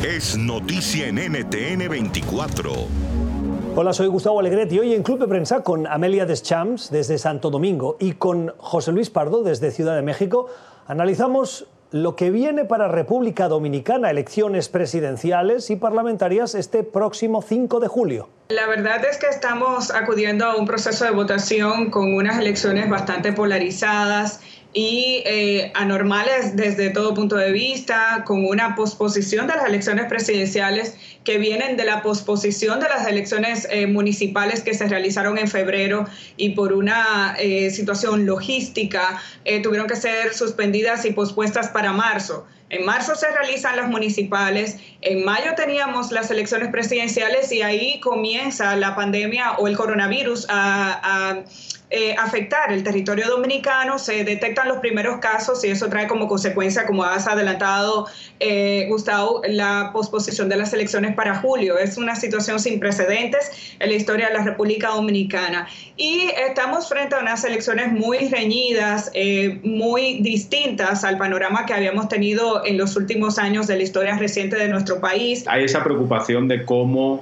es noticia en NTN 24. Hola, soy Gustavo Alegret y hoy en Club de Prensa con Amelia Deschamps desde Santo Domingo y con José Luis Pardo desde Ciudad de México analizamos lo que viene para República Dominicana, elecciones presidenciales y parlamentarias este próximo 5 de julio. La verdad es que estamos acudiendo a un proceso de votación con unas elecciones bastante polarizadas y anormales desde todo punto de vista, con una posposición de las elecciones presidenciales que vienen de la posposición de las elecciones municipales que se realizaron en febrero y por una situación logística tuvieron que ser suspendidas y pospuestas para marzo. En marzo se realizan las municipales, en mayo teníamos las elecciones presidenciales y ahí comienza la pandemia o el coronavirus a afectar el territorio dominicano, se detectan los primeros casos y eso trae como consecuencia, como has adelantado, Gustavo, la posposición de las elecciones para julio. Es una situación sin precedentes en la historia de la República Dominicana. Y estamos frente a unas elecciones muy reñidas, muy distintas al panorama que habíamos tenido en los últimos años de la historia reciente de nuestro país. Hay esa preocupación de cómo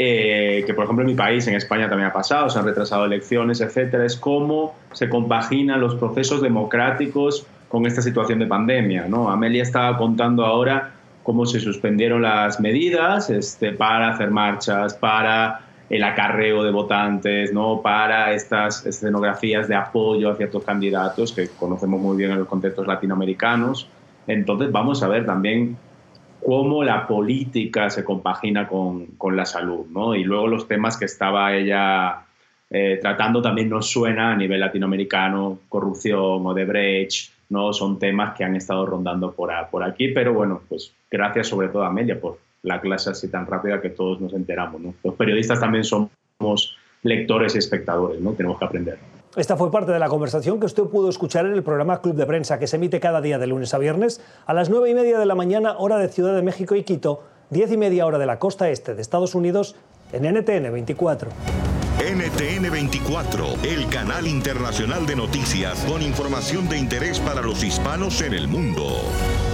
que por ejemplo en mi país, en España también ha pasado, se han retrasado elecciones, etcétera, es cómo se compaginan los procesos democráticos con esta situación de pandemia, ¿no? Amelia estaba contando ahora cómo se suspendieron las medidas para hacer marchas, para el acarreo de votantes, ¿no? Para estas escenografías de apoyo a ciertos candidatos que conocemos muy bien en los contextos latinoamericanos. Entonces vamos a ver también cómo la política se compagina con la salud, ¿no? Y luego los temas que estaba ella tratando también nos suena a nivel latinoamericano, corrupción, Odebrecht, ¿no? Son temas que han estado rondando por aquí, pero bueno, pues gracias sobre todo a Amelia por la clase así tan rápida que todos nos enteramos, ¿no? Los periodistas también somos lectores y espectadores, ¿no? Tenemos que aprender. Esta fue parte de la conversación que usted pudo escuchar en el programa Club de Prensa, que se emite cada día de lunes a viernes a las 9:30 de la mañana, hora de Ciudad de México y Quito, 10:30 hora de la costa este de Estados Unidos, en NTN 24. NTN 24, el canal internacional de noticias con información de interés para los hispanos en el mundo.